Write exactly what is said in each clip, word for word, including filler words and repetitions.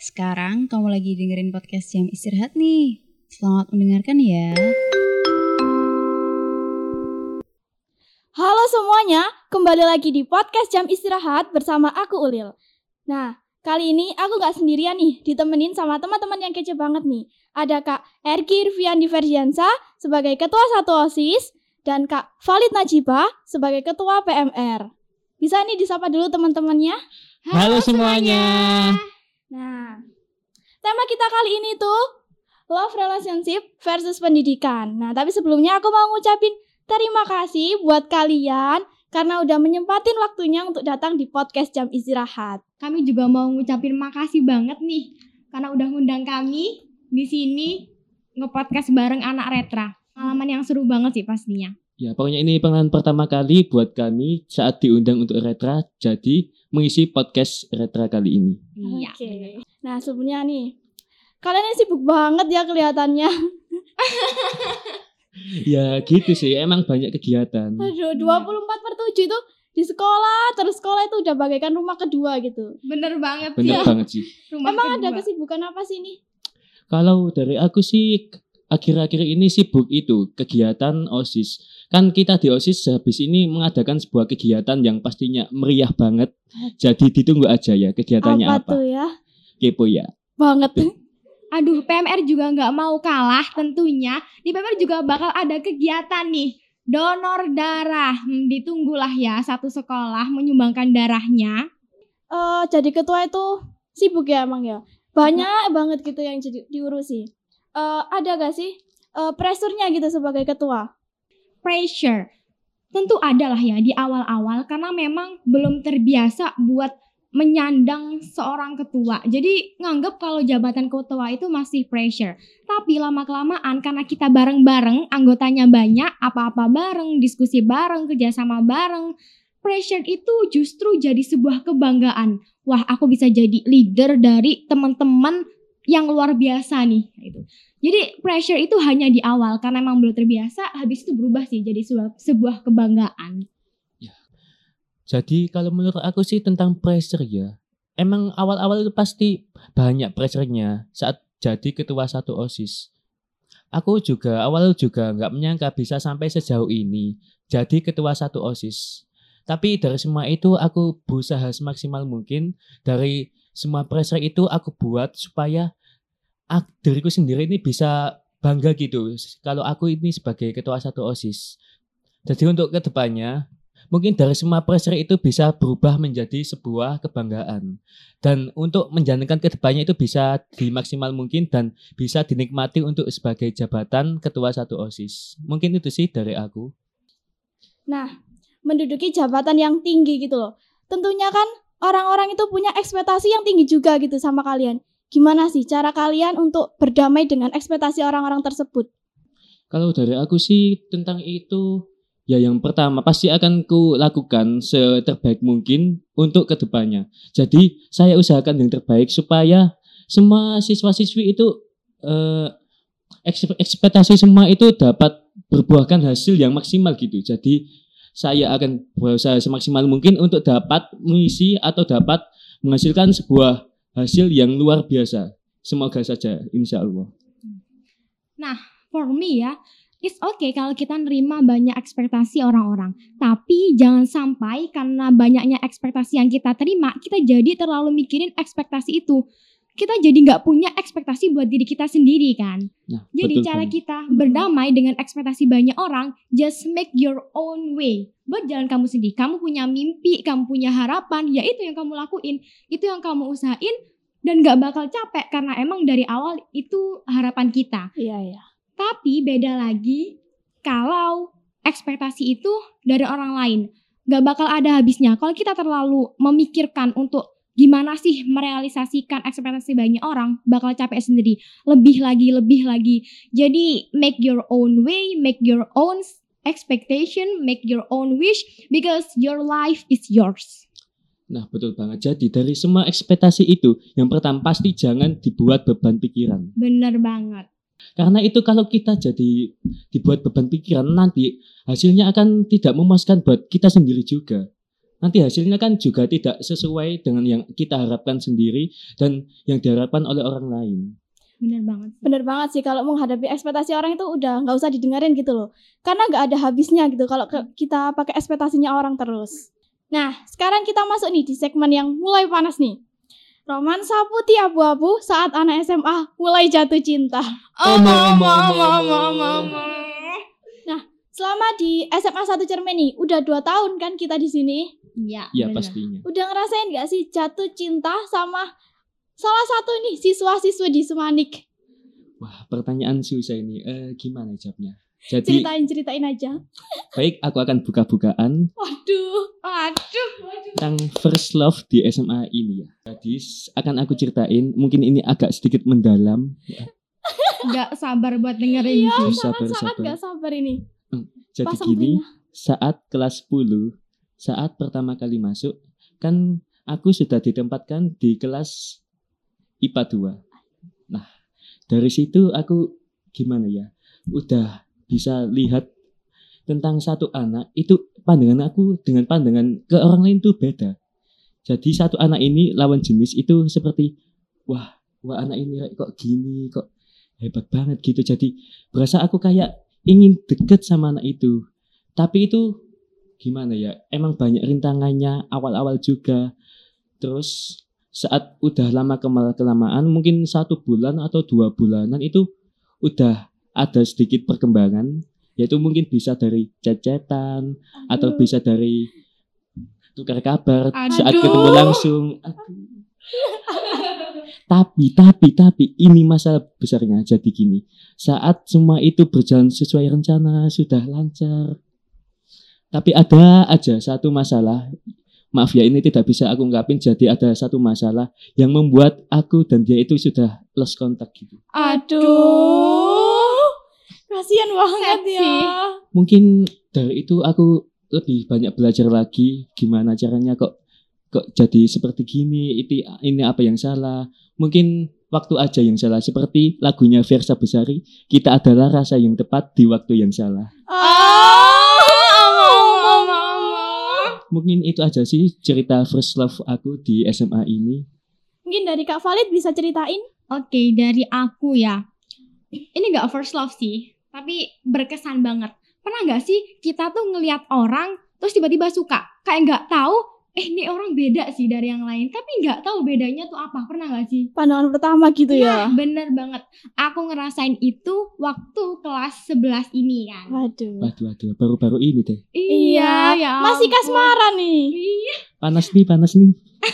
Sekarang kamu lagi dengerin podcast Jam Istirahat nih. Selamat mendengarkan ya. Halo semuanya, kembali lagi di podcast Jam Istirahat bersama aku Ulil. Nah, kali ini aku gak sendirian nih, ditemenin sama teman-teman yang kece banget nih. Ada Kak Ergi Irviandi Ferdiansa sebagai Ketua satu OSIS dan Kak Valid Najibah sebagai Ketua P M R. Bisa nih disapa dulu teman-temannya? Halo, Halo semuanya. Nah, tema kita kali ini tuh love relationship versus pendidikan. Nah, tapi sebelumnya aku mau ngucapin terima kasih buat kalian karena udah menyempatin waktunya untuk datang di podcast Jam Istirahat. Kami juga mau ngucapin makasih banget nih karena udah ngundang kami di sini nge-podcast bareng anak Retra. Pengalaman yang seru banget sih pastinya. Ya, pokoknya ini pengalaman pertama kali buat kami saat diundang untuk Retra, jadi mengisi podcast Retra kali ini. Iya. Oke. Okay. Nah, sebelumnya nih, kalian ini sibuk banget ya kelihatannya. Ya gitu sih, emang banyak kegiatan. Aduh, dua puluh empat per tujuh itu di sekolah, terus sekolah itu udah bagaikan rumah kedua gitu. Bener banget. Bener ya. banget sih. Rumah emang kedua. Ada kesibukan apa sih nih? Kalau dari aku sih akhir-akhir ini sibuk itu kegiatan OSIS. Kan kita di OSIS habis ini mengadakan sebuah kegiatan yang pastinya meriah banget. Jadi ditunggu aja ya kegiatannya apa. Apa tuh ya? Kepo ya. Banget. Aduh, P M R juga gak mau kalah tentunya. Di P M R juga bakal ada kegiatan nih. Donor darah. Hmm, ditunggulah ya satu sekolah menyumbangkan darahnya. Uh, jadi ketua itu sibuk ya emang ya? Banyak hmm. banget gitu yang jadi diurusi. Uh, ada gak sih uh, pressure-nya gitu sebagai ketua? Pressure tentu ada lah ya di awal-awal karena memang belum terbiasa buat menyandang seorang ketua. Jadi nganggap kalau jabatan ketua itu masih pressure. Tapi lama-kelamaan karena kita bareng-bareng, anggotanya banyak, apa-apa bareng, diskusi bareng, kerjasama bareng, pressure itu justru jadi sebuah kebanggaan. Wah, aku bisa jadi leader dari teman-teman yang luar biasa nih gitu. Jadi pressure itu hanya di awal karena memang belum terbiasa, habis itu berubah sih jadi sebuah, sebuah kebanggaan. Ya. Jadi kalau menurut aku sih tentang pressure ya, emang awal-awal itu pasti banyak pressure-nya saat jadi ketua satu OSIS. Aku juga awal juga nggak menyangka bisa sampai sejauh ini jadi ketua satu OSIS. Tapi dari semua itu aku berusaha semaksimal mungkin. Dari semua pressure itu aku buat supaya aku, diriku sendiri ini bisa bangga gitu kalau aku ini sebagai ketua satu OSIS. Jadi untuk kedepannya mungkin dari semua pressure itu bisa berubah menjadi sebuah kebanggaan. Dan untuk menjalankan kedepannya itu bisa dimaksimal mungkin dan bisa dinikmati untuk sebagai jabatan ketua satu OSIS. Mungkin itu sih dari aku. Nah, menduduki jabatan yang tinggi gitu loh. Tentunya kan orang-orang itu punya ekspektasi yang tinggi juga gitu sama kalian. Gimana sih cara kalian untuk berdamai dengan ekspektasi orang-orang tersebut? Kalau dari aku sih tentang itu, ya yang pertama pasti akan ku lakukan seterbaik mungkin untuk kedepannya. Jadi saya usahakan yang terbaik supaya semua siswa-siswi itu eh, ekspektasi semua itu dapat berbuahkan hasil yang maksimal gitu. Jadi saya akan berusaha semaksimal mungkin untuk dapat mengisi atau dapat menghasilkan sebuah hasil yang luar biasa. Semoga saja, insya Allah. Nah, for me ya, it's okay kalau kita nerima banyak ekspektasi orang-orang. Tapi jangan sampai karena banyaknya ekspektasi yang kita terima, kita jadi terlalu mikirin ekspektasi itu. Kita jadi gak punya ekspektasi buat diri kita sendiri kan. Nah, jadi cara kan kita berdamai dengan ekspektasi banyak orang, just make your own way. Buat jalan kamu sendiri. Kamu punya mimpi, kamu punya harapan, ya itu yang kamu lakuin. Itu yang kamu usahain dan gak bakal capek karena emang dari awal itu harapan kita. Iya, iya. Tapi beda lagi kalau ekspektasi itu dari orang lain. Gak bakal ada habisnya. Kalau kita terlalu memikirkan untuk gimana sih merealisasikan ekspektasi banyak orang, bakal capek sendiri. Lebih lagi, lebih lagi. Jadi make your own way, make your own expectation, make your own wish, because your life is yours. Nah betul banget. Jadi dari semua ekspektasi itu, yang pertama pasti jangan dibuat beban pikiran. Bener banget. Karena itu kalau kita jadi dibuat beban pikiran, nanti hasilnya akan tidak memuaskan buat kita sendiri juga. nanti hasilnya kan juga tidak sesuai dengan yang kita harapkan sendiri dan yang diharapkan oleh orang lain. Bener banget. Bener banget sih, kalau menghadapi ekspektasi orang itu udah nggak usah didengerin gitu loh. Karena nggak ada habisnya gitu kalau ke- kita pakai ekspektasinya orang terus. Nah, sekarang kita masuk nih di segmen yang mulai panas nih. Romansa putih abu-abu saat anak S M A mulai jatuh cinta. Oh, mau, mau, mau, mau, mau. Nah, selama di S M A satu Cermen nih, udah dua tahun kan kita di sini. Iya. Ya bener. pastinya. Udah ngerasain gak sih jatuh cinta sama salah satu nih siswa-siswa di Semanik? Wah, pertanyaan susah ini. Eh, gimana jawabnya? Jadi, Ceritain-ceritain aja. baik aku akan buka-bukaan Waduh. Aduh. tentang first love di S M A ini ya. Jadi akan aku ceritain, mungkin ini agak sedikit mendalam. Gak sabar buat dengerin. Iya, Sabar, sangat-sangat sabar. gak sabar ini. Jadi Pasang gini, telinga. saat kelas sepuluh, saat pertama kali masuk, kan aku sudah ditempatkan di kelas I P A dua. Nah, dari situ aku gimana ya, udah bisa lihat tentang satu anak, itu pandangan aku dengan pandangan ke orang lain tuh beda. Jadi satu anak ini lawan jenis itu seperti, wah, wah anak ini kok gini, kok hebat banget gitu. Jadi berasa aku kayak ingin deket sama anak itu. Tapi itu gimana ya, emang banyak rintangannya awal-awal juga. Terus saat udah lama kelamaan, mungkin satu bulan atau dua bulanan itu udah ada sedikit perkembangan, yaitu mungkin bisa dari chat-chatan atau Aduh. bisa dari tukar kabar Aduh. saat ketemu langsung. Aduh. Tapi, tapi, tapi ini masalah besarnya. Jadi gini, saat semua itu berjalan sesuai rencana, sudah lancar, tapi ada aja satu masalah. Maaf ya, ini tidak bisa aku ungkapin. Jadi ada satu masalah yang membuat aku dan dia itu sudah lost contact gitu. Aduh. Kasian banget Sad ya. sih. Mungkin dari itu aku lebih banyak belajar lagi gimana caranya kok kok jadi seperti gini. Itu ini apa yang salah? Mungkin waktu aja yang salah. Seperti lagunya Versa Besari, kita adalah rasa yang tepat di waktu yang salah. Mungkin itu aja sih cerita first love aku di S M A ini. Mungkin dari Kak Valid bisa ceritain? Oke, dari aku ya. Ini gak first love sih, tapi berkesan banget. Pernah gak sih kita tuh ngelihat orang terus tiba-tiba suka? Kayak gak tahu, eh ini orang beda sih dari yang lain, tapi gak tahu bedanya tuh apa. Pernah gak sih? Pandangan pertama gitu ya. Nah, bener banget. Aku ngerasain itu waktu kelas sebelas ini kan. Waduh. Waduh, waduh, baru-baru ini deh. Iya, ya masih ampun. kasmaran nih. Iya. Panas nih, panas nih.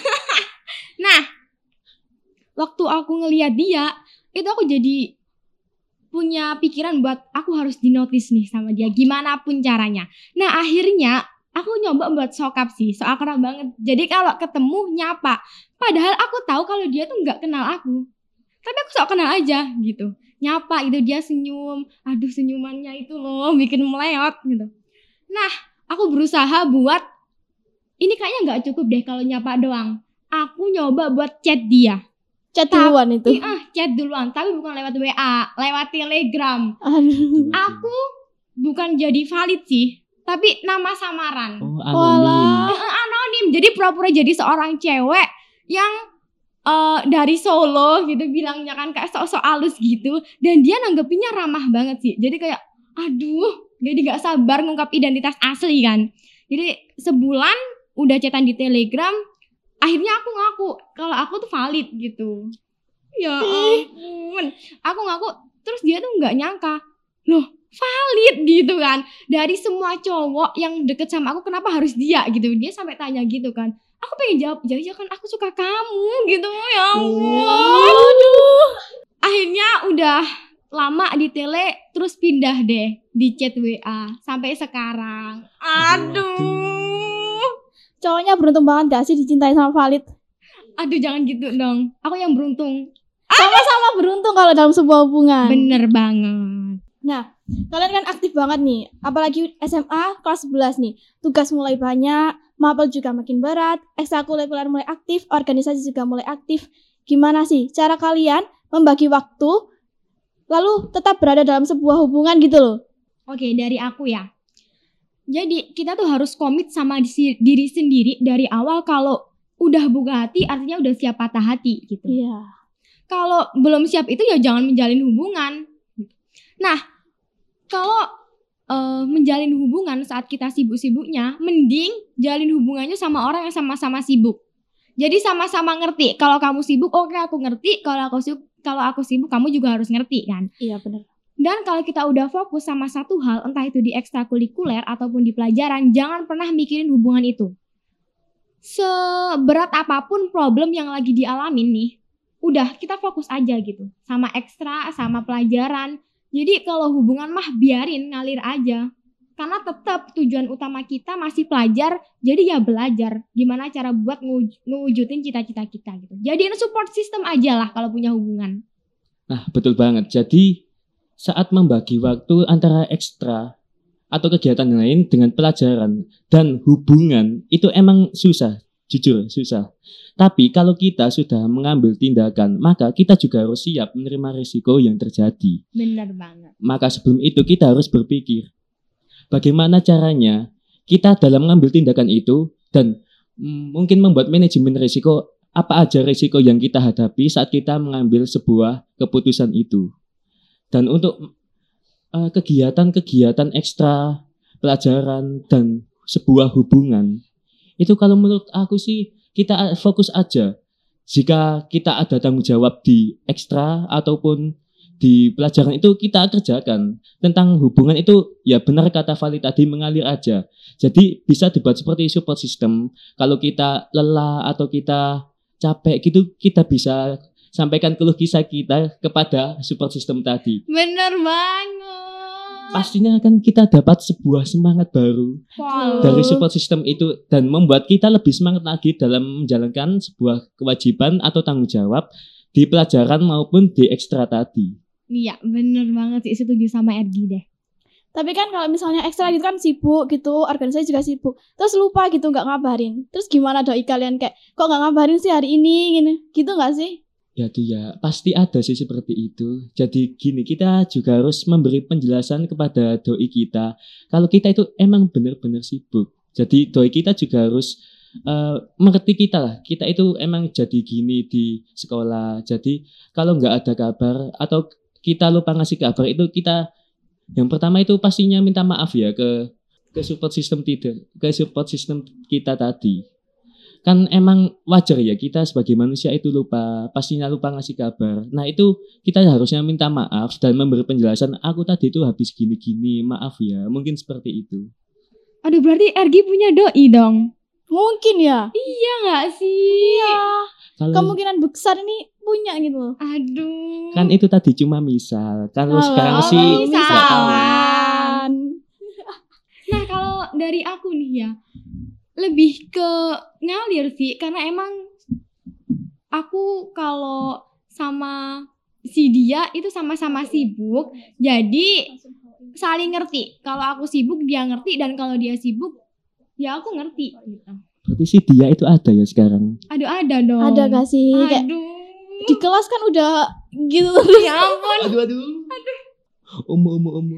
Nah, waktu aku ngeliat dia, itu aku jadi punya pikiran buat aku harus dinotis nih sama dia, gimana pun caranya. Nah, akhirnya aku nyoba buat sokap sih, so akrab banget. Jadi kalau ketemu nyapa, padahal aku tahu kalau dia tuh nggak kenal aku, tapi aku sok kenal aja gitu. Nyapa itu dia senyum, aduh senyumannya itu loh bikin meleot gitu. Nah, aku berusaha buat ini kayaknya nggak cukup deh kalau nyapa doang. Aku nyoba buat chat dia. Chat duluan itu. Iya, ah, chat duluan, tapi bukan lewat W A, lewat Telegram. Aduh. Aku bukan jadi valid sih, tapi nama samaran. Oh, Walah. anonim. Eh, anonim, jadi pura-pura jadi seorang cewek yang eh, dari Solo gitu bilangnya kan, kayak sok-sok halus gitu. Dan dia nanggepinnya ramah banget sih. Jadi kayak, aduh, jadi gak sabar ngungkap identitas asli kan. Jadi sebulan udah chatan di Telegram, akhirnya aku ngaku kalau aku tuh valid gitu. Ya ampun. Aku ngaku, terus dia tuh gak nyangka, loh valid gitu kan. Dari semua cowok yang deket sama aku, kenapa harus dia gitu. Dia sampai tanya gitu kan. Aku pengen jawab, ya kan aku suka kamu gitu. Ya ampun. Aduh. Akhirnya udah lama di tele, terus pindah deh di chat W A sampai sekarang. Aduh. Cowoknya beruntung banget gak sih dicintai sama Valid? Aduh jangan gitu dong. Aku yang beruntung. Sama-sama beruntung kalau dalam sebuah hubungan. Bener banget. Nah, kalian kan aktif banget nih. Apalagi S M A kelas sebelas nih. Tugas mulai banyak, mapel juga makin berat, ekstrakurikuler mulai aktif, organisasi juga mulai aktif. Gimana sih cara kalian membagi waktu lalu tetap berada dalam sebuah hubungan gitu loh? Oke, dari aku ya. Jadi kita tuh harus komit sama disi- diri sendiri dari awal. Kalau udah buka hati artinya udah siap patah hati gitu. Iya. Kalau belum siap itu ya jangan menjalin hubungan. Nah, kalau uh, menjalin hubungan saat kita sibuk-sibuknya, mending jalin hubungannya sama orang yang sama-sama sibuk. Jadi sama-sama ngerti. Kalau kamu sibuk, oke okay, aku ngerti. Kalau aku sibuk, kalau aku sibuk, kamu juga harus ngerti kan. Iya benar. Dan kalau kita udah fokus sama satu hal, entah itu di ekstrakurikuler ataupun di pelajaran, jangan pernah mikirin hubungan itu. Seberat apapun problem yang lagi dialamin nih, udah kita fokus aja gitu. Sama ekstra, sama pelajaran. Jadi kalau hubungan mah biarin ngalir aja. Karena tetap tujuan utama kita masih pelajar, jadi ya belajar. Gimana cara buat ngewu- ngewujudin cita-cita kita gitu. Jadiin support system aja lah kalau punya hubungan. Nah, betul banget. Jadi saat membagi waktu antara ekstra atau kegiatan lain dengan pelajaran dan hubungan itu emang susah, jujur susah. Tapi kalau kita sudah mengambil tindakan, maka kita juga harus siap menerima risiko yang terjadi. Bener banget. Maka sebelum itu kita harus berpikir, bagaimana caranya kita dalam mengambil tindakan itu dan mm, mungkin membuat manajemen risiko, apa aja risiko yang kita hadapi saat kita mengambil sebuah keputusan itu. Dan untuk uh, kegiatan-kegiatan ekstra, pelajaran, dan sebuah hubungan, itu kalau menurut aku sih kita fokus aja. Jika kita ada tanggung jawab di ekstra ataupun di pelajaran itu kita kerjakan. Tentang hubungan itu ya benar kata Vali tadi, mengalir aja. Jadi bisa dibuat seperti support system. Kalau kita lelah atau kita capek gitu, kita bisa sampaikan keluh kisah kita kepada support system tadi. Bener banget. Pastinya akan kita dapat sebuah semangat baru Wow. dari support system itu dan membuat kita lebih semangat lagi dalam menjalankan sebuah kewajiban atau tanggung jawab di pelajaran maupun di ekstra tadi. Iya bener banget sih, setuju sama Ergi deh. Tapi kan kalau misalnya ekstra gitu kan sibuk gitu, organisasi juga sibuk. Terus lupa gitu nggak ngabarin. Terus gimana doi kalian kayak kok nggak ngabarin sih hari ini gini. Gitu nggak sih? Ya dia pasti ada sih seperti itu. Jadi gini, kita juga harus memberi penjelasan kepada doi kita kalau kita itu emang benar-benar sibuk. Jadi doi kita juga harus uh, mengerti kita lah. Kita itu emang jadi gini di sekolah. Jadi kalau nggak ada kabar atau kita lupa ngasih kabar itu, kita yang pertama itu pastinya minta maaf ya ke ke support system tidak, ke support system kita tadi. Kan emang wajar ya kita sebagai manusia itu lupa, pastinya lupa ngasih kabar. Nah itu kita harusnya minta maaf dan memberi penjelasan, aku tadi itu habis gini-gini, maaf ya, mungkin seperti itu. Aduh berarti Ergi punya doi dong. Mungkin ya. Iya gak sih? Iya. Kalau Kemungkinan besar ini punya gitu loh. Aduh. kan itu tadi cuma misal, kalau Oh, sekarang oh, sih misal. nggak tahu. Misalkan. Nah kalau dari aku nih ya, lebih ke ngalir sih. Karena emang aku kalau sama si dia itu sama-sama sibuk. Jadi saling ngerti. Kalau aku sibuk dia ngerti, dan kalau dia sibuk ya aku ngerti gitu. Berarti si dia itu ada ya sekarang. Aduh ada dong. Ada gak sih? Kayak Aduh. di kelas kan udah gitu. Ya ampun. Aduh aduh. Omo omo omo.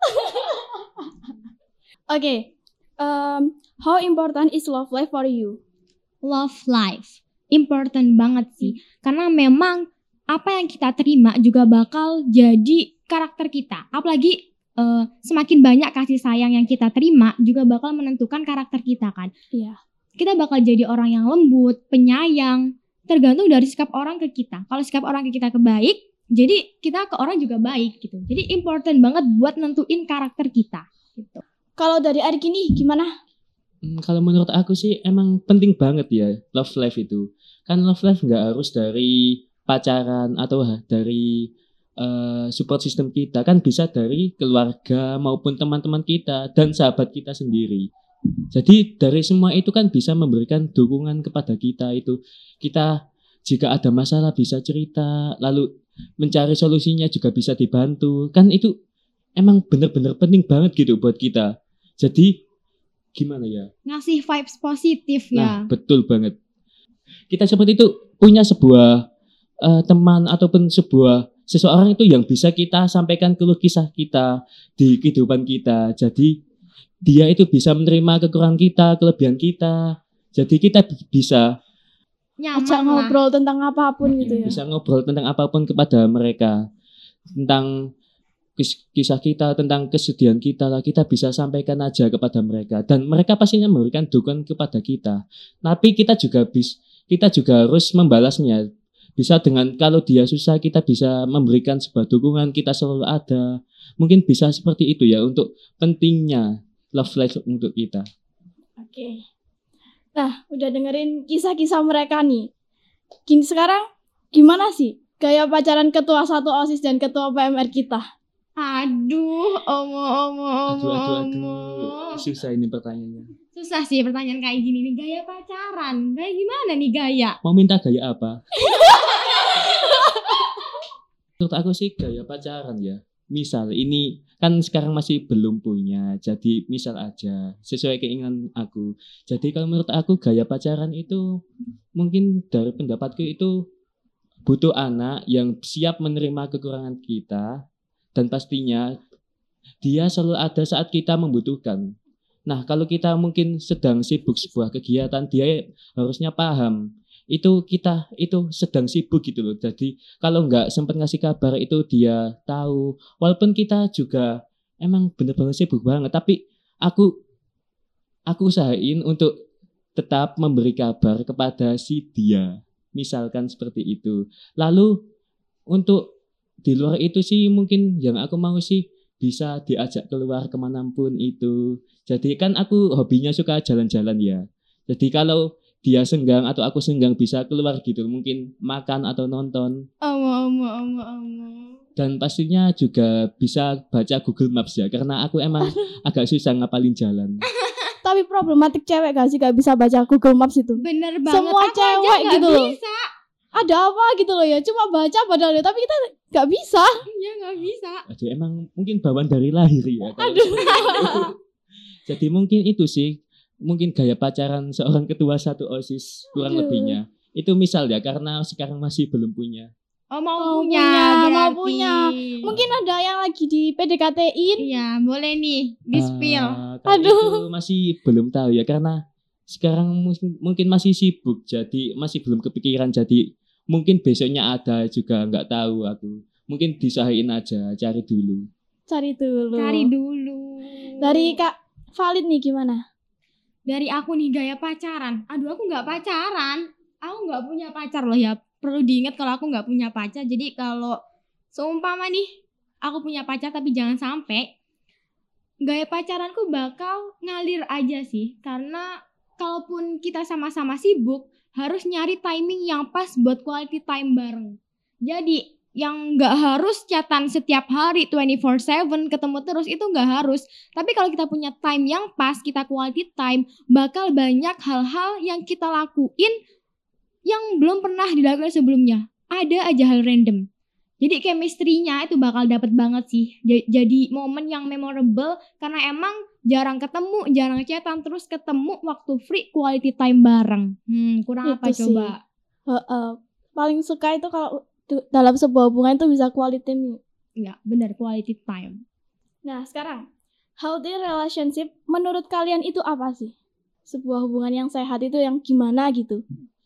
Oke. Um, how important is love life for you? Love life important banget sih, karena memang apa yang kita terima juga bakal jadi karakter kita. Apalagi uh, semakin banyak kasih sayang yang kita terima juga bakal menentukan karakter kita kan. Iya. Kita bakal jadi orang yang lembut, penyayang, tergantung dari sikap orang ke kita. Kalau sikap orang ke kita kebaik, jadi kita ke orang juga baik gitu. Jadi important banget buat nentuin karakter kita gitu. Kalau dari Arik ini gimana? Hmm, kalau menurut aku sih emang penting banget ya love life itu. Kan love life nggak harus dari pacaran atau dari uh, support system kita. Kan bisa dari keluarga maupun teman-teman kita dan sahabat kita sendiri. Jadi dari semua itu kan bisa memberikan dukungan kepada kita itu. Kita jika ada masalah bisa cerita, lalu mencari solusinya juga bisa dibantu. Kan itu emang benar-benar penting banget gitu buat kita. Jadi gimana ya? Ngasih vibes positif Nah, ya. betul banget. Kita seperti itu punya sebuah uh, teman ataupun sebuah seseorang itu yang bisa kita sampaikan keluh kisah kita di kehidupan kita. Jadi dia itu bisa menerima kekurangan kita, kelebihan kita. Jadi kita b- bisa Ajak Nyaman lah. ngobrol tentang apapun gitu ya. bisa ngobrol tentang apapun kepada mereka. Tentang kis- kisah kita, tentang kesedihan kita lah, kita bisa sampaikan aja kepada mereka dan mereka pastinya memberikan dukungan kepada kita. Tapi kita juga bis, kita juga harus membalasnya. Bisa dengan kalau dia susah kita bisa memberikan sebuah dukungan, kita selalu ada. Mungkin bisa seperti itu ya untuk pentingnya love life untuk kita. Oke. Nah, udah dengerin kisah-kisah mereka nih. Gini sekarang gimana sih gaya pacaran ketua satu OSIS dan ketua P M R kita? Aduh, omo omo omo Aduh, aduh, omo. aduh. Susah ini pertanyaannya. Susah sih pertanyaan kayak gini nih, gaya pacaran. Kayak gimana nih gaya? Mau minta gaya apa? Menurut aku sih gaya pacaran ya. Misal ini kan sekarang masih belum punya. Jadi misal aja sesuai keinginan aku. Jadi kalau menurut aku gaya pacaran itu mungkin dari pendapatku itu butuh anak yang siap menerima kekurangan kita dan pastinya dia selalu ada saat kita membutuhkan. Nah, kalau kita mungkin sedang sibuk sebuah kegiatan, dia harusnya paham itu kita itu sedang sibuk gitu loh. Jadi kalau nggak sempat ngasih kabar itu dia tahu. Walaupun kita juga emang bener-bener sibuk banget, tapi aku aku usahain untuk tetap memberi kabar kepada si dia. Misalkan seperti itu. Lalu untuk di luar itu sih mungkin yang aku mau sih bisa diajak keluar kemanapun itu. Jadi kan aku hobinya suka jalan-jalan ya. Jadi kalau dia senggang atau aku senggang bisa keluar gitu, mungkin makan atau nonton. Omo omo omo omo. Dan pastinya juga bisa baca Google Maps ya, karena aku emang agak susah ngapalin jalan. Tapi problematik cewek gak sih gak bisa baca Google Maps itu? Bener banget. Semua Aku aja cewek nggak gitu loh. bisa. Ada apa gitu loh ya, cuma baca padahal ya, tapi kita gak bisa. Iya nggak bisa. Aduh, emang mungkin bawaan dari lahir ya. kalau seperti itu. Jadi mungkin itu sih, mungkin gaya pacaran seorang ketua satu OSIS kurang Aduh. lebihnya. Itu misal ya, karena sekarang masih belum punya. Oh mau Mau punya, punya, mau berarti. punya. Mungkin ada yang lagi di P D K T-in. Iya boleh nih di spill. Ah, kalau Aduh. itu masih belum tahu ya, karena sekarang mus- mungkin masih sibuk, jadi masih belum kepikiran. Jadi mungkin besoknya ada juga nggak tahu aku. Mungkin diusahain aja, cari dulu. Cari dulu. Cari dulu. Dari Kak Valid nih gimana? Dari aku nih gaya pacaran. Aduh aku nggak pacaran. Aku nggak punya pacar loh ya. Perlu diingat kalau aku nggak punya pacar. Jadi kalau seumpama nih aku punya pacar tapi jangan sampai gaya pacaranku bakal ngalir aja sih. Karena kalaupun kita sama-sama sibuk harus nyari timing yang pas buat quality time bareng. Jadi yang nggak harus chatan setiap hari dua puluh empat tujuh ketemu terus itu nggak harus. Tapi kalau kita punya time yang pas, kita quality time, bakal banyak hal-hal yang kita lakuin yang belum pernah dilakukan sebelumnya. Ada aja hal random. Jadi chemistry-nya itu bakal dapet banget sih. J- Jadi momen yang memorable karena emang jarang ketemu, jarang chatan, terus ketemu waktu free quality time bareng. Hmm, kurang apa Itu sih. coba? Heeh. Paling suka itu kalau du- dalam sebuah hubungan itu bisa quality time. Enggak, benar quality time. Nah sekarang, healthy relationship menurut kalian itu apa sih? Sebuah hubungan yang sehat itu yang gimana gitu?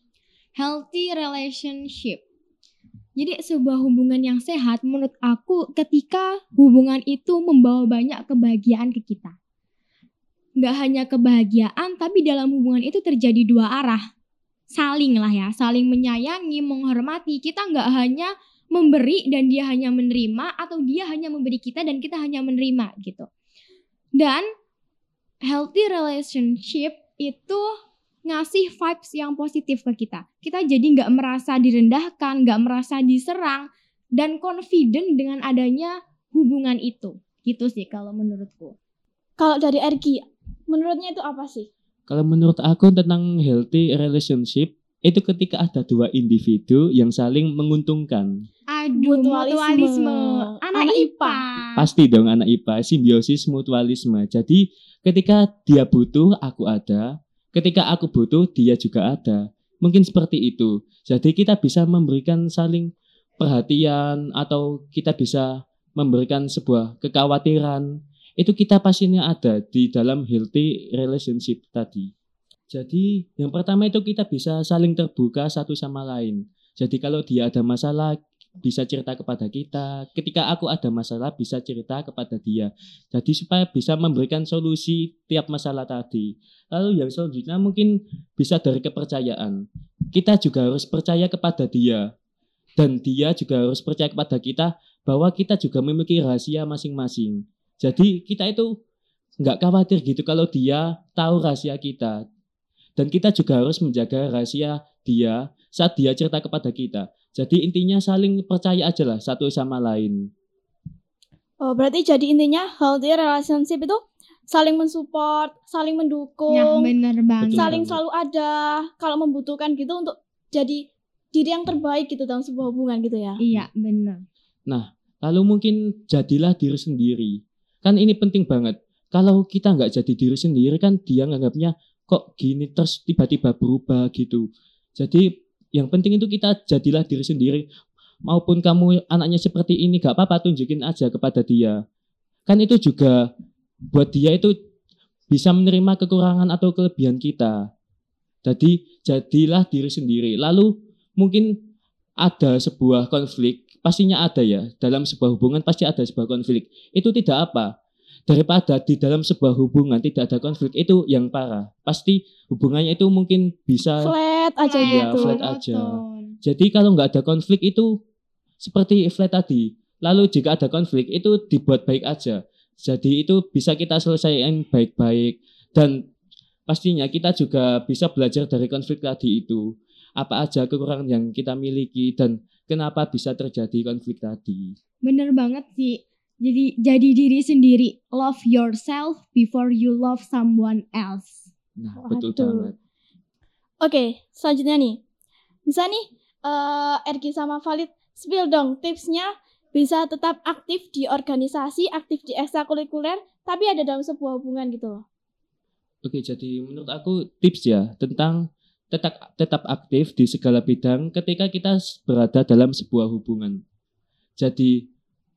Healthy relationship. Jadi sebuah hubungan yang sehat menurut aku ketika hubungan itu membawa banyak kebahagiaan ke kita. Nggak hanya kebahagiaan, tapi dalam hubungan itu terjadi dua arah. Saling lah ya, saling menyayangi, menghormati. Kita nggak hanya memberi dan dia hanya menerima, atau dia hanya memberi kita dan kita hanya menerima gitu. Dan healthy relationship itu ngasih vibes yang positif ke kita. Kita jadi nggak merasa direndahkan, nggak merasa diserang, dan confident dengan adanya hubungan itu. Gitu sih kalau menurutku. Kalau dari Ergi, menurutnya itu apa sih? Kalau menurut aku tentang healthy relationship, itu ketika ada dua individu yang saling menguntungkan. Aduh, Mutualisme. mutualisme. Anak, Anak I P A. Pasti dong anak I P A, simbiosis mutualisme. Jadi ketika dia butuh, aku ada. Ketika aku butuh, dia juga ada. Mungkin seperti itu. Jadi kita bisa memberikan saling perhatian atau kita bisa memberikan sebuah kekhawatiran. itu kita pastinya ada di dalam healthy relationship tadi. Jadi yang pertama itu kita bisa saling terbuka satu sama lain. Jadi kalau dia ada masalah bisa cerita kepada kita, ketika aku ada masalah bisa cerita kepada dia. Jadi supaya bisa memberikan solusi tiap masalah tadi. Lalu yang selanjutnya mungkin bisa dari kepercayaan. Kita juga harus percaya kepada dia. Dan dia juga harus percaya kepada kita bahwa kita juga memiliki rahasia masing-masing. Jadi kita itu nggak khawatir gitu kalau dia tahu rahasia kita. Dan kita juga harus menjaga rahasia dia saat dia cerita kepada kita. Jadi intinya saling percaya aja lah satu sama lain. Oh, berarti jadi intinya healthy relationship itu saling mensupport, saling mendukung, Nah, bener banget. saling Betul. selalu ada kalau membutuhkan gitu untuk jadi diri yang terbaik gitu dalam sebuah hubungan gitu ya. Iya, bener. Lalu mungkin jadilah diri sendiri. Kan ini penting banget. Kalau kita nggak jadi diri sendiri kan dia nganggapnya kok gini terus tiba-tiba berubah gitu. Jadi yang penting itu kita jadilah diri sendiri. Maupun kamu anaknya seperti ini gak apa-apa, tunjukin aja kepada dia. Kan itu juga buat dia itu bisa menerima kekurangan atau kelebihan kita. Jadi jadilah diri sendiri. Lalu mungkin ada sebuah konflik, pastinya ada ya. Dalam sebuah hubungan pasti ada sebuah konflik. Itu tidak apa. Daripada di dalam sebuah hubungan tidak ada konflik, itu yang parah. Pasti hubungannya itu mungkin bisa Flat aja Iya, gitu. flat aja. Monoton. Jadi kalau nggak ada konflik itu seperti flat tadi. Lalu jika ada konflik itu dibuat baik aja. Jadi itu bisa kita selesaikan baik-baik. Dan pastinya kita juga bisa belajar dari konflik tadi itu. Apa aja kekurangan yang kita miliki dan kenapa bisa terjadi konflik tadi. Bener banget sih. Jadi jadi diri sendiri. Love yourself before you love someone else. Nah, betul Waduh. banget. Oke, selanjutnya nih. Bisa nih eh Ergi sama Valid spill dong tipsnya bisa tetap aktif di organisasi, aktif di ekstrakurikuler, tapi ada dalam sebuah hubungan gitu loh. Oke, jadi menurut aku tips ya tentang tetap tetap aktif di segala bidang ketika kita berada dalam sebuah hubungan. Jadi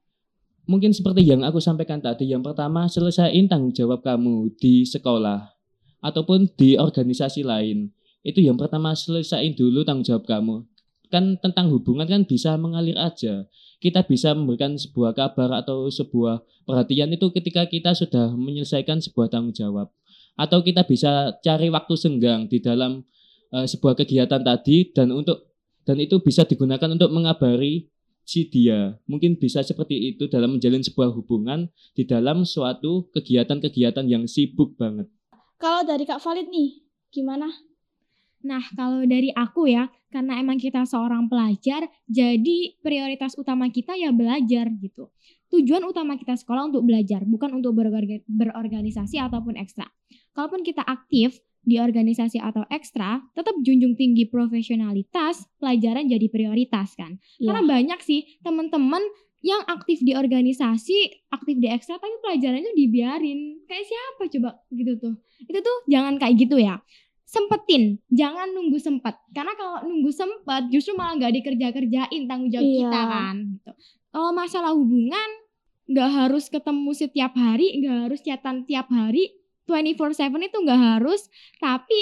mungkin seperti yang aku sampaikan tadi, yang pertama selesaiin tanggung jawab kamu di sekolah ataupun di organisasi lain. Itu yang pertama, selesaiin dulu tanggung jawab kamu. Kan tentang hubungan kan bisa mengalir aja. Kita bisa memberikan sebuah kabar atau sebuah perhatian itu ketika kita sudah menyelesaikan sebuah tanggung jawab. Atau kita bisa cari waktu senggang di dalam uh, sebuah kegiatan tadi dan untuk dan itu bisa digunakan untuk mengabari si dia. Mungkin bisa seperti itu dalam menjalin sebuah hubungan di dalam suatu kegiatan-kegiatan yang sibuk banget. Kalau dari Kak Valid nih, gimana? Nah, kalau dari aku ya, karena emang kita seorang pelajar, jadi prioritas utama kita ya belajar gitu. Tujuan utama kita sekolah untuk belajar, bukan untuk berorga- berorganisasi ataupun ekstra. Kalaupun kita aktif di organisasi atau ekstra, tetap junjung tinggi profesionalitas, pelajaran jadi prioritas kan. Iya. Karena banyak sih teman-teman yang aktif di organisasi, aktif di ekstra, tapi pelajarannya dibiarin. Kayak siapa coba gitu tuh. Itu tuh jangan kayak gitu ya. Sempetin, jangan nunggu sempet. Karena kalau nunggu sempet justru malah gak dikerja-kerjain tanggung jawab Iya. kita kan gitu. Kalau masalah hubungan gak harus ketemu setiap hari, gak harus chatan tiap hari, dua puluh empat tujuh itu gak harus. Tapi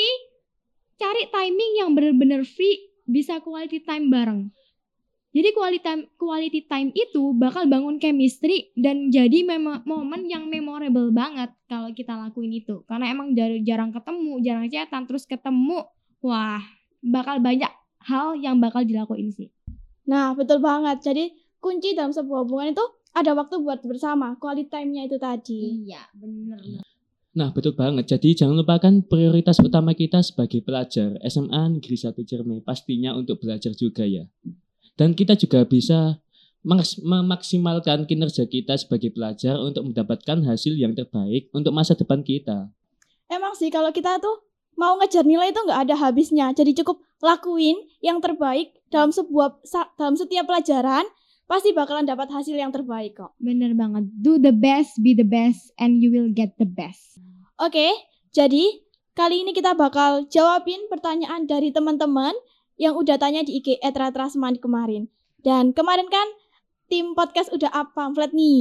cari timing yang bener-bener free, bisa quality time bareng. Jadi quality time, quality time itu bakal bangun chemistry dan jadi mem- momen yang memorable banget kalau kita lakuin itu. Karena emang jar- jarang ketemu, jarang chatan, terus ketemu, wah bakal banyak hal yang bakal dilakuin sih. Nah, betul banget. Jadi kunci dalam sebuah hubungan itu ada waktu buat bersama, quality time-nya itu tadi. Iya, bener. Nah, betul banget. Jadi jangan lupakan prioritas utama kita sebagai pelajar S M A Negeri satu Ciremai pastinya untuk belajar juga ya. Dan kita juga bisa maks- memaksimalkan kinerja kita sebagai pelajar untuk mendapatkan hasil yang terbaik untuk masa depan kita. Emang sih kalau kita tuh mau ngejar nilai itu nggak ada habisnya. Jadi cukup lakuin yang terbaik dalam sebuah sa- dalam setiap pelajaran, pasti bakalan dapat hasil yang terbaik kok. Bener banget. Do the best, be the best, and you will get the best. Oke, jadi kali ini kita bakal jawabin pertanyaan dari teman-teman yang udah tanya di I G et ratra semani kemarin. Dan kemarin kan tim podcast udah up pamflet nih.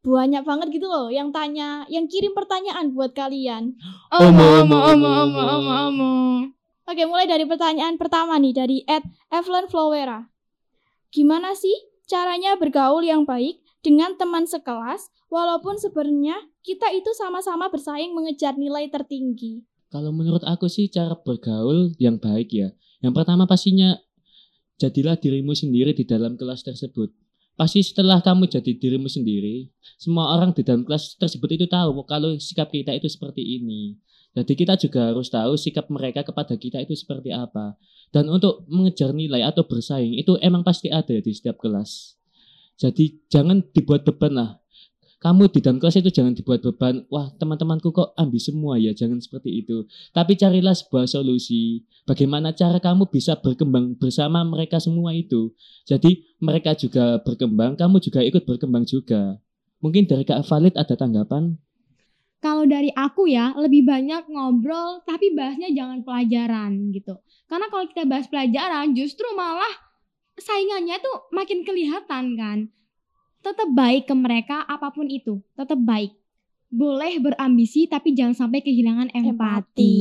banyak banget gitu loh yang tanya, yang kirim pertanyaan buat kalian. Omo, omo, omo, omo, omo, omo. Oke, mulai dari pertanyaan pertama nih dari at Evelyn Flowera. Gimana sih caranya bergaul yang baik dengan teman sekelas walaupun sebenarnya kita itu sama-sama bersaing mengejar nilai tertinggi? Kalau menurut aku sih cara bergaul yang baik ya. Yang pertama pastinya jadilah dirimu sendiri di dalam kelas tersebut. Pasti setelah kamu jadi dirimu sendiri, semua orang di dalam kelas tersebut itu tahu kalau sikap kita itu seperti ini. Jadi kita juga harus tahu sikap mereka kepada kita itu seperti apa. Dan untuk mengejar nilai atau bersaing itu emang pasti ada di setiap kelas. Jadi jangan dibuat beban lah. Kamu di dalam kelas itu jangan dibuat beban, wah teman-temanku kok ambis semua ya, jangan seperti itu. Tapi carilah sebuah solusi, bagaimana cara kamu bisa berkembang bersama mereka semua itu. Jadi mereka juga berkembang, kamu juga ikut berkembang juga. Mungkin dari Kak Valid ada tanggapan? Kalau dari aku ya, lebih banyak ngobrol tapi bahasnya jangan pelajaran gitu. Karena kalau kita bahas pelajaran justru malah saingannya tuh makin kelihatan kan. Tetap baik ke mereka apapun itu, tetap baik. Boleh berambisi tapi jangan sampai kehilangan empati.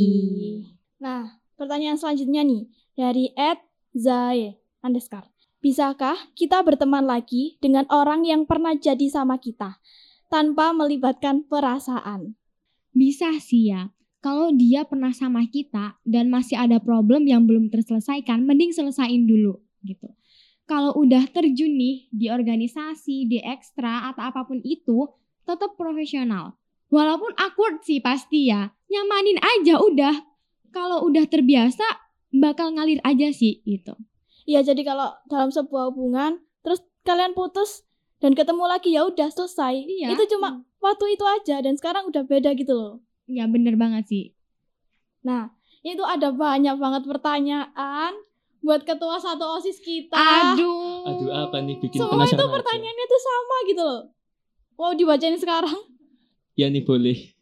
Nah, pertanyaan selanjutnya nih dari at Zae underscore. Bisakah kita berteman lagi dengan orang yang pernah jadi sama kita tanpa melibatkan perasaan? Bisa sih ya. Kalau dia pernah sama kita dan masih ada problem yang belum terselesaikan, mending selesain dulu gitu. Kalau udah terjun nih di organisasi, di ekstra atau apapun itu, tetap profesional. Walaupun awkward sih pasti ya, nyamanin aja udah. Kalau udah terbiasa, bakal ngalir aja sih gitu. Iya, jadi kalau dalam sebuah hubungan, terus kalian putus dan ketemu lagi ya udah selesai. Iya. Itu cuma waktu itu aja dan sekarang udah beda gitu loh. Ya bener banget sih. Nah, itu ada banyak banget pertanyaan buat ketua satu OSIS kita. Aduh. Aduh apa nih bikin Semua penasaran itu aja. pertanyaannya tuh sama gitu loh. Mau dibacain sekarang? Ya nih boleh.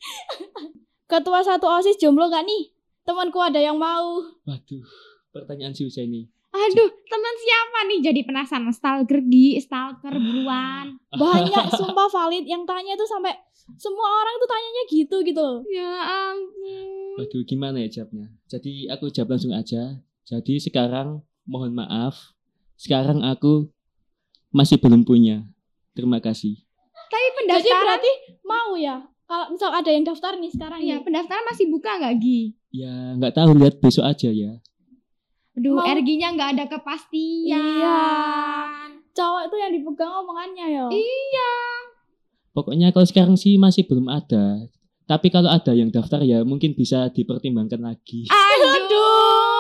Ketua satu OSIS jomblo gak nih? Temanku ada yang mau. Waduh, pertanyaan susah ini. Aduh, teman siapa nih jadi penasaran? Stalker Gi, stalker buruan. Banyak sumpah Valid yang tanya tuh sampai semua orang tuh tanyanya gitu gitu loh. Ya ampun. Waduh, gimana ya jawabnya? Jadi aku jawab langsung aja. Jadi sekarang mohon maaf, sekarang aku masih belum punya. Terima kasih. Tapi Jadi pendaftaran, berarti mau ya? Kalau misal ada yang daftar nih sekarang ya nih. pendaftaran masih buka nggak Gi? Ya nggak tahu, lihat besok aja ya. Aduh, Mau- R G-nya nggak ada kepastian. Iya. Cowok itu yang dipegang omongannya ya. Iya. Pokoknya kalau sekarang sih masih belum ada. Tapi kalau ada yang daftar ya mungkin bisa dipertimbangkan lagi. Aduh.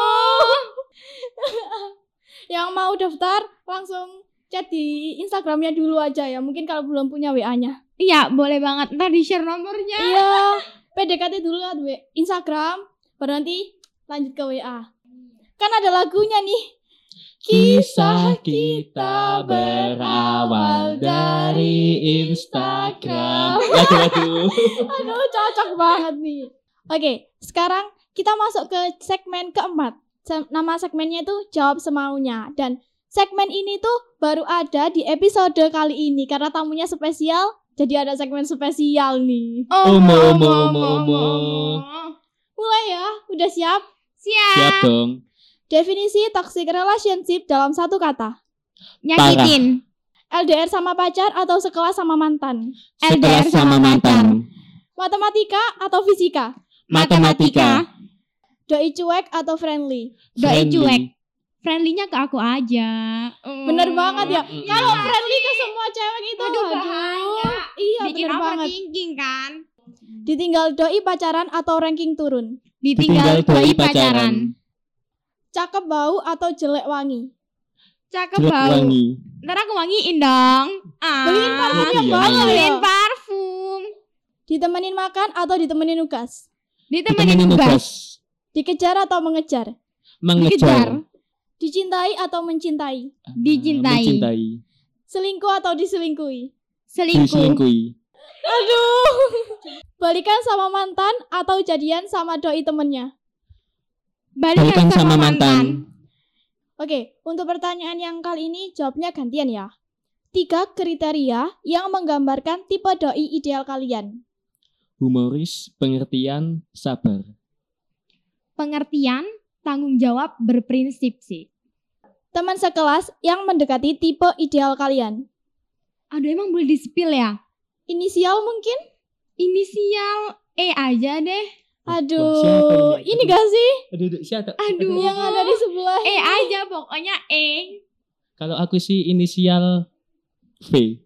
Yang mau daftar langsung chat di Instagramnya dulu aja ya. Mungkin kalau belum punya W A-nya. Iya, boleh banget. Ntar di-share nomornya. Iya. P D K T dulu kan W- Instagram, baru nanti lanjut ke W A. Kan ada lagunya nih. Kisah kita berawal dari Instagram. Waduh, waduh. Aduh, cocok banget nih. Oke, sekarang kita masuk ke segmen keempat. Se- Nama segmennya itu Jawab Semaunya. Dan segmen ini tuh baru ada di episode kali ini. Karena tamunya spesial, jadi ada segmen spesial nih. Omo, omo, omo, omo. Mulai ya, udah siap? Siap. Siap dong. Definisi toxic relationship dalam satu kata. Nyakitin. L D R sama pacar atau sekelas sama mantan? L D R Sekelas sama mantan. Matematika atau fisika? Matematika. Doi cuek atau friendly? Doi Friendly. cuek. Friendly-nya ke aku aja. Bener banget ya. Mm-mm. Kalau friendly ke semua cewek itu Aduh, bahaya. Iya, Bikin bener banget. overthinking kan. Ditinggal doi pacaran atau ranking turun? Ditinggal doi pacaran. Cakep bau atau jelek wangi? Cakep Jelek bau. wangi. Ntar aku wangiin dong. Ah. Beliin parfum yang Iya, banget iya. ya. Beliin parfum. Ditemenin makan atau ditemenin nugas? Ditemenin Ditemenin nugas. nugas. Dikejar atau mengejar? Mengejar. Dicintai atau mencintai? Dicintai. Mencintai. Selingkuh atau diselingkuhi? Selingkuh. Diselingkuhi. Aduh. Balikan sama mantan atau jadian sama doi temennya? Balikan sama mantan. Oke, untuk pertanyaan yang kali ini jawabnya gantian ya. tiga kriteria yang menggambarkan tipe doi ideal kalian. Humoris, pengertian, sabar. Pengertian, tanggung jawab, berprinsip sih. Teman sekelas yang mendekati tipe ideal kalian. Aduh, emang boleh di-spill ya? Inisial mungkin? Inisial E aja deh. Aduh, ini gak sih? Aduh, aduh, siapa? Aduh. Yang ada di sebelah. E aja pokoknya E. Kalau aku sih inisial V.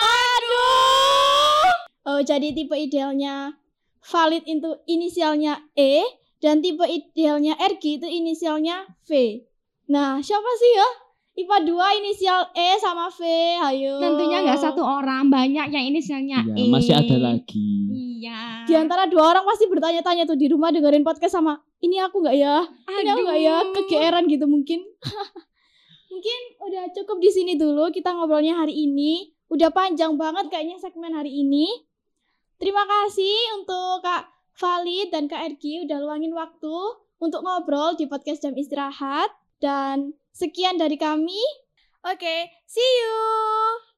Aduh. Oh, jadi tipe idealnya Valid itu inisialnya E dan tipe idealnya R G itu inisialnya V. Nah, siapa sih ya? I P A dua inisial E sama V, ayo. Tentunya nggak satu orang, banyak yang inisialnya Iya, E. masih ada lagi. Iya. Di antara dua orang pasti bertanya-tanya tuh di rumah dengerin podcast sama, ini aku nggak ya? Ini aku nggak ya? Kegeeran gitu mungkin. Mungkin udah cukup di sini dulu kita ngobrolnya hari ini. Udah panjang banget kayaknya segmen hari ini. Terima kasih untuk Kak Valid dan Kak Ergi udah luangin waktu untuk ngobrol di podcast Jam Istirahat. Dan sekian dari kami. Oke, okay, see you.